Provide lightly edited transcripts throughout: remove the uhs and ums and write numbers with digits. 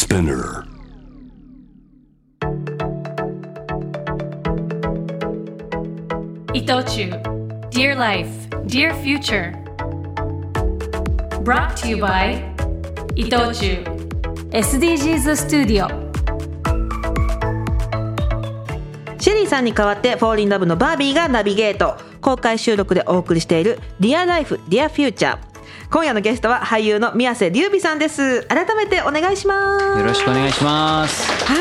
Spinner. 伊藤忠 Dear Life, Dear Future Brought to you by 伊藤忠 SDGs スタジオ。 シェリーさんに代わってフォーリンラブのバービーがナビゲート。公開収録でお送りしている Dear Life, Dear Future。今夜のゲストは俳優の宮世琉弥さんです。改めてお願いします。 よろしくお願いします。 はい、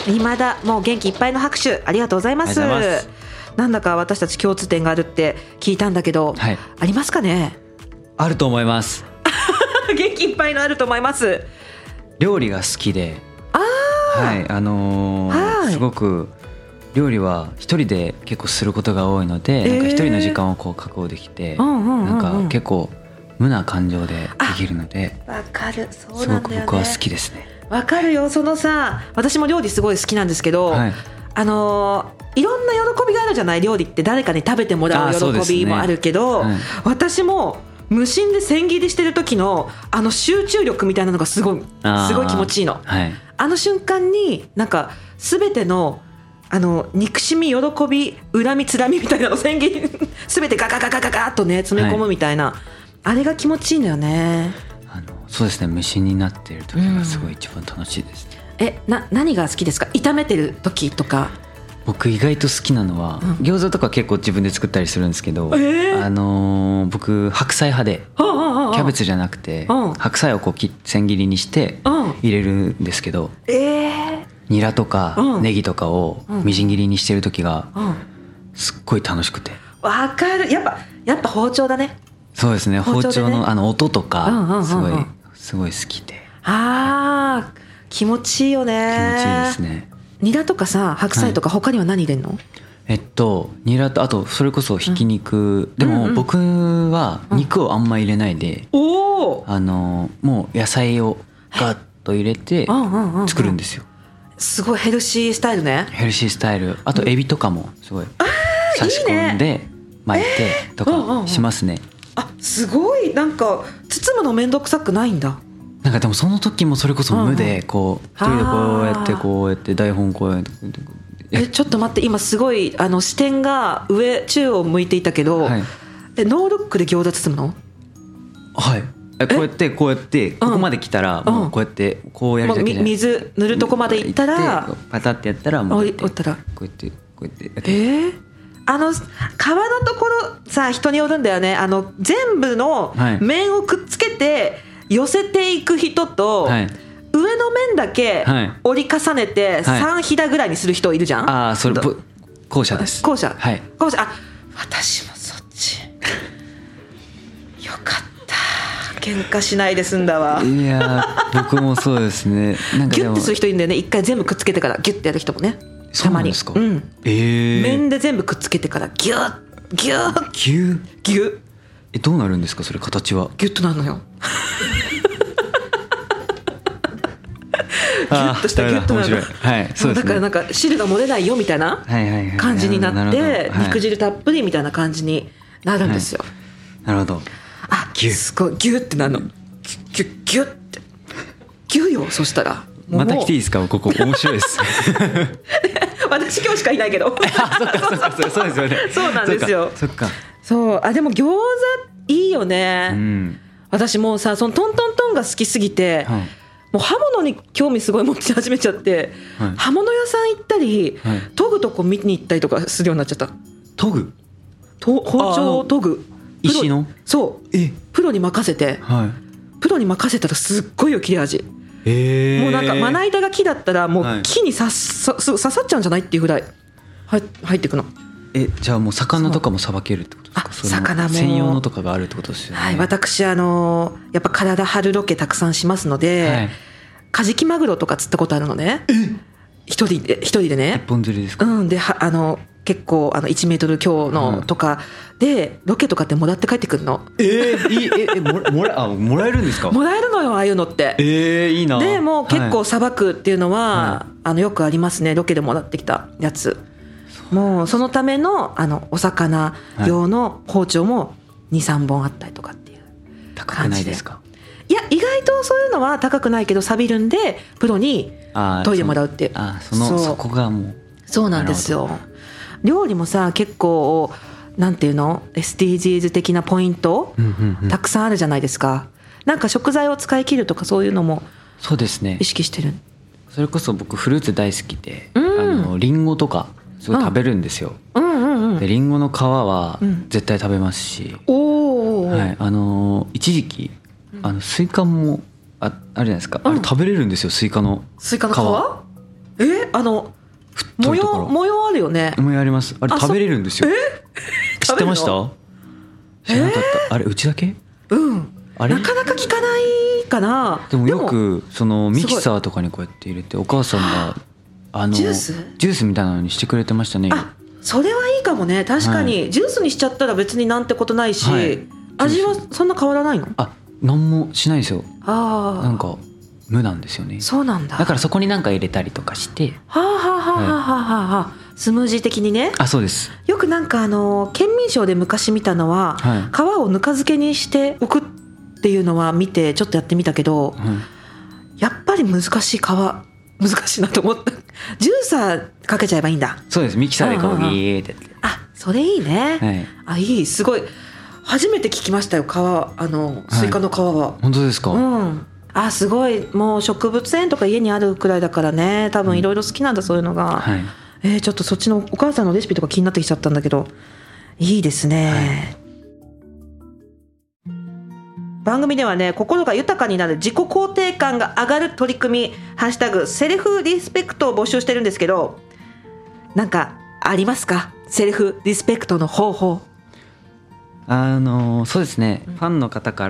未だもう元気いっぱいの拍手ありがとうございます。 ありがとうございます。 なんだか私たち共通点があるって聞いたんだけど、 はい、 ありますかね。 あると思います。 元気いっぱいのあると思います。 料理が好きで、はい、 はい、 すごく料理は一人で結構することが多いので、なんか一人の時間をこう確保できて、なんか結構無な感情でできるので、 わかる、そうなんだよね。 すごく僕は好きですね。 わかるよ。そのさ、私も料理すごい好きなんですけど、はい、いろんな喜びがあるじゃない。料理って誰かに食べてもらう喜びもあるけど、はい、私も無心で千切りしてる時の集中力みたいなのがすごい気持ちいいの、はい、あの瞬間になんか全ての憎しみ、喜び、恨み、つらみみたいなの千切り全てガガガガガガッとね詰め込むみたいな、はい、あれが気持ちいいんだよね。 そうですね、無心になっている時がすごい一番楽しいですね。 何が好きですか。炒めてる時とか。 僕意外と好きなのは、餃子とか結構自分で作ったりするんですけど、僕白菜派で、キャベツじゃなくて、白菜をこう千切りにして入れるんですけど、ニラとかネギとかをみじん切りにしてる時がすっごい楽しくて。 わかる。やっぱ包丁だね。 そうですね、包丁の音とかすごい好きで。 気持ちいいよね。 気持ちいいですね。 ニラとかさ、白菜とか他には何入れんの？ ニラと、あとそれこそひき肉、でも僕は肉をあんま入れないで、もう野菜をガッと入れて作るんですよ。 すごいヘルシースタイルね。ヘルシースタイル。あとエビとかもすごい差し込んで巻いてとかしますね。 すごい。なんか包むのめんどくさくないんだ。 なんかでもその時もそれこそ無でこう一人でこうやって台本こうやってちょっと待って、今すごい視点が宙を向いていたけど、はい、ノールックで餃子包むの？ はい、こうやってここまで来たらもうこうやってこうやるだけじゃない。 水塗るとこまでいったらパタってやったらもうこうやって皮のところさ、人によるんだよね。全部の面をくっつけて寄せていく人と、はい、上の面だけ折り重ねて3ひだぐらいにする人いるじゃん。 それ後者です。 後者、 はい、 私もそっち。よかった、喧嘩しないで済んだわ。 いや僕もそうですね。なんかギュッてする人いるんだよね。一回全部くっつけてからギュッてやる人もね。 そうなんですか。 面で全部くっつけてからギュッギュッギュッギュッ。 どうなるんですかそれ。形はギュッとなるのよ。ギュッとしたギュッとなるの。だからなんか汁が漏れないよみたいな感じになって、肉汁たっぷりみたいな感じになるんですよ。 なるほど。 すごいギュッてなるの。ギュッギュッってギュッよ。そしたらまた来ていいですか。ここ面白いです。 私今日しかいないけど。 そうですよね。 そうなんですよ。 そっか。 そう。でも餃子いいよね。私もうさ、そのトントントンが好きすぎて、もう刃物に興味すごい持ち始めちゃって、刃物屋さん行ったり、研ぐとこ見に行ったりとかするようになっちゃった。 研ぐ？ 包丁を研ぐ。 石の？ そう。プロに任せて、プロに任せたらすっごいよ切れ味。もうなんかまな板が木だったらもう木に刺さっちゃうんじゃないっていうぐらい入ってくの。 じゃあもう魚とかもさばけるってことですか。 魚も専用のとかがあるってことですよね。 はい、私やっぱ体張るロケたくさんしますので、カジキマグロとか釣ったことあるのね。一人でね。 一本釣りですか。 で結構1メートル強のとかでロケとかってもらって帰ってくるの。 もらえるんですか。 もらえるのよ、ああいうのって。 いいな。 でも結構さばくっていうのは、よくありますね。ロケでもらってきたやつ。もうそのためのお魚用の包丁も 2,3 本あったりとかっていう感じで。 高くないですか。 いや意外とそういうのは高くないけど錆びるんでプロに研いでもらうっていう。 そこがもうそうなんですよ。料理もさ結構なんていうの SDGs 的なポイント、たくさんあるじゃないですか。なんか食材を使い切るとかそういうのもそうですね意識してる。 それこそ僕フルーツ大好きで、リンゴとかすごい食べるんですよ。でリンゴの皮は絶対食べますし、はい、一時期スイカもあるじゃないですか、あれ食べれるんですよ。スイカの皮模様あるよね。 模様あります。あれ食べれるんですよ。知ってました？知らなかった。あれうちだけ？あれなかなか聞かないかな。 でもよくそのミキサーとかにこうやって入れてお母さんがジュースみたいなのにしてくれてましたね。 それはいいかもね。確かにジュースにしちゃったら別になんてことないし、味はそんな変わらないの？ 何もしないですよ。なんか無なんですよね。 そうなんだ。 だからそこに何か入れたりとかして、 スムージー的にね。 そうです。 よくなんか県民賞で昔見たのは、皮をぬか漬けにしておくっていうのは見てちょっとやってみたけど、やっぱり難しい難しいなと思った。ジューサーかけちゃえばいいんだ。 そうです。ミキサーでこうギーってやって。 それいいね。いい。すごい初めて聞きましたよ。スイカの皮は。 本当ですか？ すごい。もう植物園とか家にあるくらいだからね、多分いろいろ好きなんだ、そういうのが。ちょっとそっちのお母さんのレシピとか気になってきちゃったんだけど、いいですね。番組ではね、心が豊かになる自己肯定感が上がる取り組みハッシュタグセルフリスペクトを募集してるんですけど、なんかありますか？セルフリスペクトの方法。 そうですね、ファンの方から、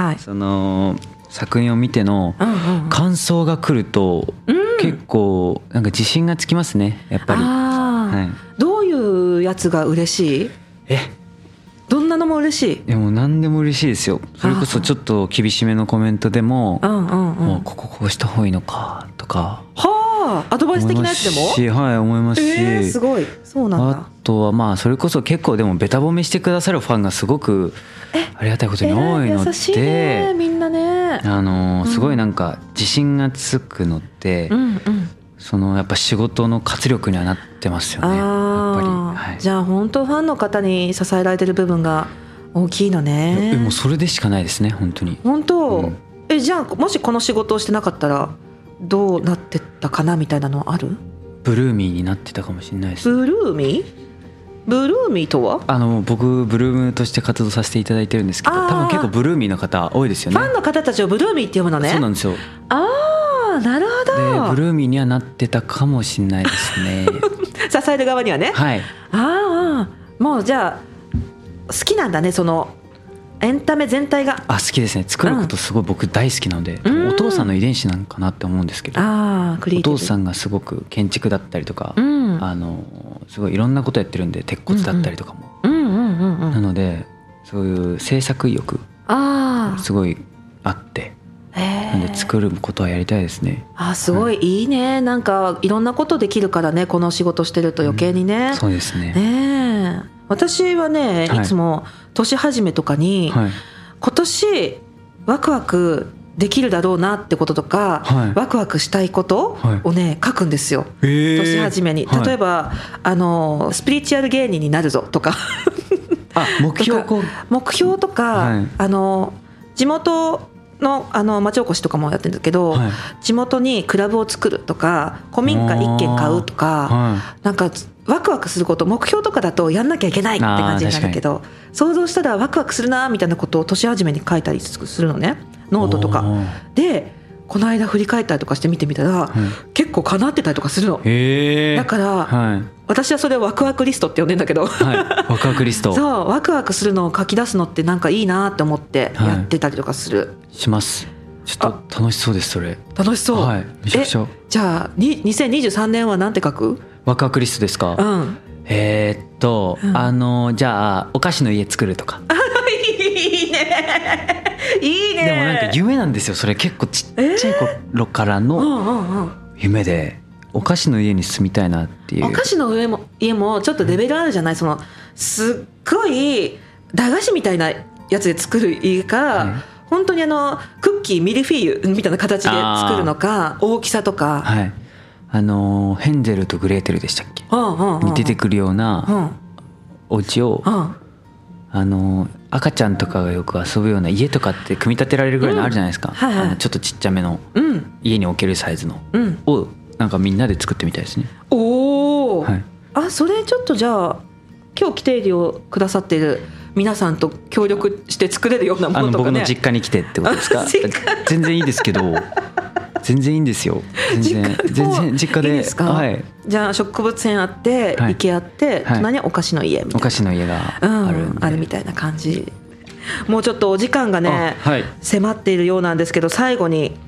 その作品を見ての感想が来ると、結構なんか自信がつきますね、やっぱり。 どういうやつが嬉しい？どんなのも嬉しい？ でも何でも嬉しいですよ。それこそちょっと厳しめのコメントでも、もうこうした方がいいのかとか、 アドバイス的なやつでも？ 思いますし、 すごい。そうなんだ。 あとはそれこそ結構でもベタ褒めしてくださるファンがすごくありがたいことに多いので、 優しいね、みんなね。 すごいなんか自信がつくのって、そのやっぱ仕事の活力にはなってますよね、やっぱり。 じゃあ本当ファンの方に支えられてる部分が大きいのね。 もうそれでしかないですね、本当に。 本当、じゃあもしこの仕事をしてなかったらどうなってたかなみたいなのある？ ブルーミーになってたかもしれないです。 ブルーミーとは？ 僕ブルームとして活動させていただいてるんですけど、多分結構ブルーミーの方多いですよね。 ファンの方たちをブルーミーって呼ぶのね。 そうなんですよ。 なるほど。 でブルーミーにはなってたかもしれないですね。 支える側にはね。もうじゃあ好きなんだね、そのエンタメ全体が。 好きですね。作ることすごい僕大好きなので、お父さんの遺伝子なのかなって思うんですけど、お父さんがすごく建築だったりとか、すごいいろんなことやってるんで、鉄骨だったりとかも、なのでそういう制作意欲すごいあって、なんで作ることはやりたいですね。 すごいいいね。なんかいろんなことできるからね、この仕事してると余計にね。 そうですね。 私はね、いつも年始めとかに、今年ワクワクできるだろうなってこととか、ワクワクしたいことをね、書くんですよ、年始めに。例えばスピリチュアル芸人になるぞとか目標とか、地元の町おこしとかもやってるんだけど、地元にクラブを作るとか、古民家1軒買うとか、なんかワクワクすること、目標とかだとやんなきゃいけないって感じになるけど、想像したらワクワクするなみたいなことを年始めに書いたりするのね、ノートとかで。この間振り返ったりとかして見てみたら、結構叶ってたりとかするの。だから、私はそれをワクワクリストって呼んでんだけど、ワクワクリスト。 そうワクワクするのを書き出すのってなんかいいなって思ってやってたりとかする、 します。ちょっと楽しそうです。それ楽しそう。 めちゃくちゃ。じゃあ2023年はなんて書く？ ワクワクリストですか？じゃあお菓子の家作るとか。 いいねいいね。 でもなんか夢なんですよ、それ。結構ちっちゃい頃からの夢で、お菓子の家に住みたいなっていう。 お菓子の家もちょっとレベルあるじゃない、そのすっごい駄菓子みたいなやつで作る家か、 本当にクッキーミルフィーユみたいな形で作るのか、大きさとか、 はい、ヘンゼルとグレーテルでしたっけ、に出てくるようなお家を、赤ちゃんとかがよく遊ぶような家とかって組み立てられるぐらいのあるじゃないですか、ちょっとちっちゃめの、家に置けるサイズの、をなんかみんなで作ってみたいですね。 おお、はい、それちょっとじゃあ今日来ているをくださっている皆さんと協力して作れるようなものとかね。 僕の実家に来てってことですか？全然いいですけど全然いいんですよ。全然実家でいいですか？はい、 じゃあ植物園あって、池あって、隣にお菓子の家みたいな、 お菓子の家があるんで、 あるみたいな感じ。もうちょっとお時間がね、迫っているようなんですけど、最後に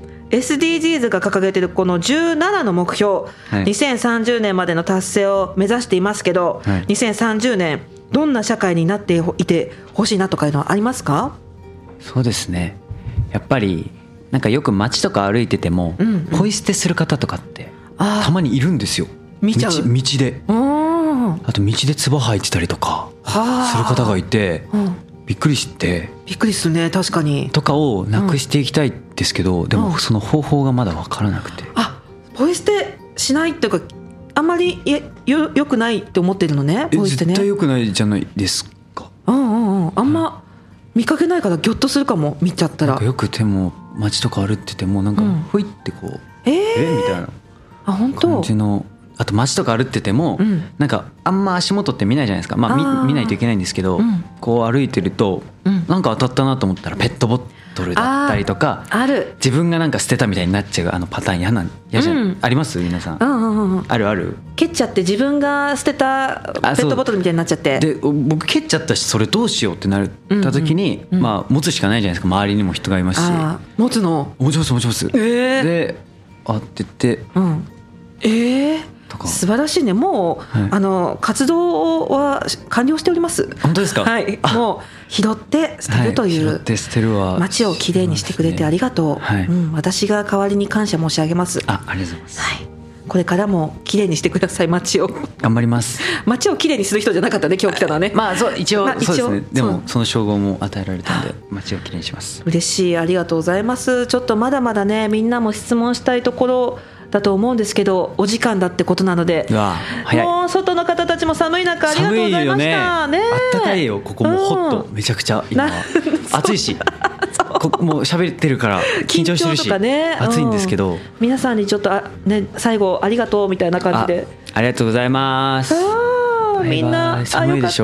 SDGs が掲げているこの17の目標、2030年までの達成を目指していますけど、2030年どんな社会になっていてほしいなとかいうのはありますか？ そうですね、やっぱりなんかよく街とか歩いてても、ポイ捨てする方とかってたまにいるんですよ。 見ちゃう。 道で、あと道で唾吐いてたりとかする方がいて、びっくりして。 びっくりするね、確かに。 とかをなくしていきたいですけど、でもその方法がまだ分からなくて。 ポイ捨てしないっていうか、あんまりよくないって思ってるのね、ポイ捨てね。 絶対よくないじゃないですか。 あんま見かけないからギョッとするかも、見ちゃったら。 よくても街とか歩いててもなんかふいってこう、みたいな本当感じの。あと街とか歩いてても、なんかあんま足元って見ないじゃないですか。見ないといけないんですけど、こう歩いてると、なんか当たったなと思ったらペットボトルだったりとか、自分がなんか捨てたみたいになっちゃうパターン嫌じゃん、あります皆さん？ある。 蹴っちゃって自分が捨てたペットボトルみたいになっちゃって、 で僕蹴っちゃったし、それどうしようってなった時に、持つしかないじゃないですか。周りにも人がいますし。 持つの？ 持ちます。でって言って、 素晴らしいね。もう、活動は完了しております。 本当ですか？ はい、もう拾って捨てるという、街をきれいにしてくれてありがとう。私が代わりに感謝申し上げます。 ありがとうございます。 これからもきれいにしてください、街を。 頑張ります。 街をきれいにする人じゃなかったね、今日来たのはね。 そう一応そうですね。でもその称号も与えられたんで、街をきれいにします。 嬉しい、ありがとうございます。ちょっとまだまだね、みんなも質問したいところだと思うんですけど、お時間だってことなので、もう外の方たちも寒い中ありがとうございましたね。 あったかいよ、ここもホット、めちゃくちゃ今暑いしもう喋ってるから緊張してるし、暑いんですけど、 皆さんにちょっと最後ありがとうみたいな感じで。 ありがとうございます。 みんなよかった、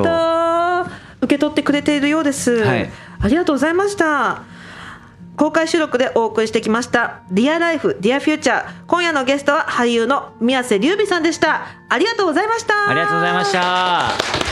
受け取ってくれているようです。ありがとうございました。公開収録でお送りしてきましたディアライフディアフューチャー、今夜のゲストは俳優の宮瀬隆美さんでした。ありがとうございました。 ありがとうございました。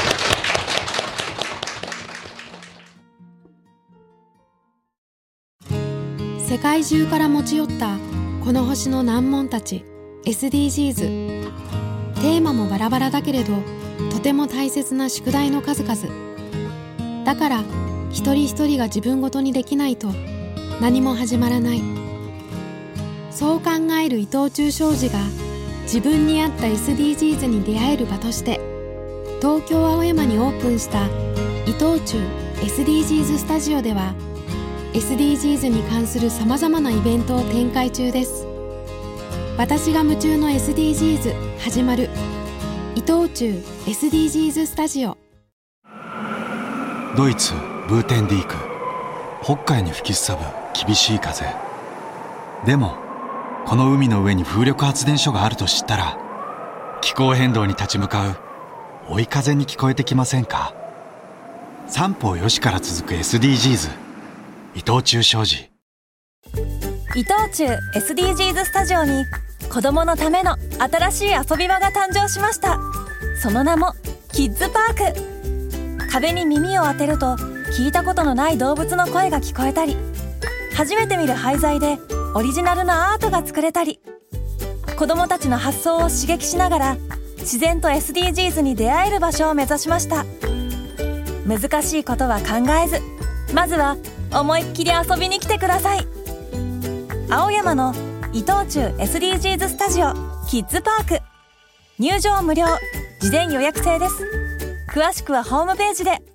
世界中から持ち寄ったこの星の難問たち SDGs。 テーマもバラバラだけれど、とても大切な宿題の数々だから、一人一人が自分ごとにできないと何も始まらない。そう考える伊藤忠商事が、自分に合った SDGs に出会える場として東京青山にオープンした伊藤忠 SDGs スタジオでは、 SDGs に関するさまざまなイベントを展開中です。私が夢中の SDGs 始まる。伊藤忠 SDGs スタジオ。 ドイツブーテンディーク、北海に吹きすさぶ厳しい風。でもこの海の上に風力発電所があると知ったら、気候変動に立ち向かう追い風に聞こえてきませんか？三方よしから続く SDGs、 伊藤忠商事。 伊藤忠 SDGs スタジオに子どものための新しい遊び場が誕生しました。その名もキッズパーク。壁に耳を当てると聞いたことのない動物の声が聞こえたり、初めて見る廃材でオリジナルのアートが作れたり、子どもたちの発想を刺激しながら自然と SDGs に出会える場所を目指しました。難しいことは考えず、まずは思いっきり遊びに来てください。青山の伊藤忠 SDGs スタジオキッズパーク、入場無料、事前予約制です。詳しくはホームページで。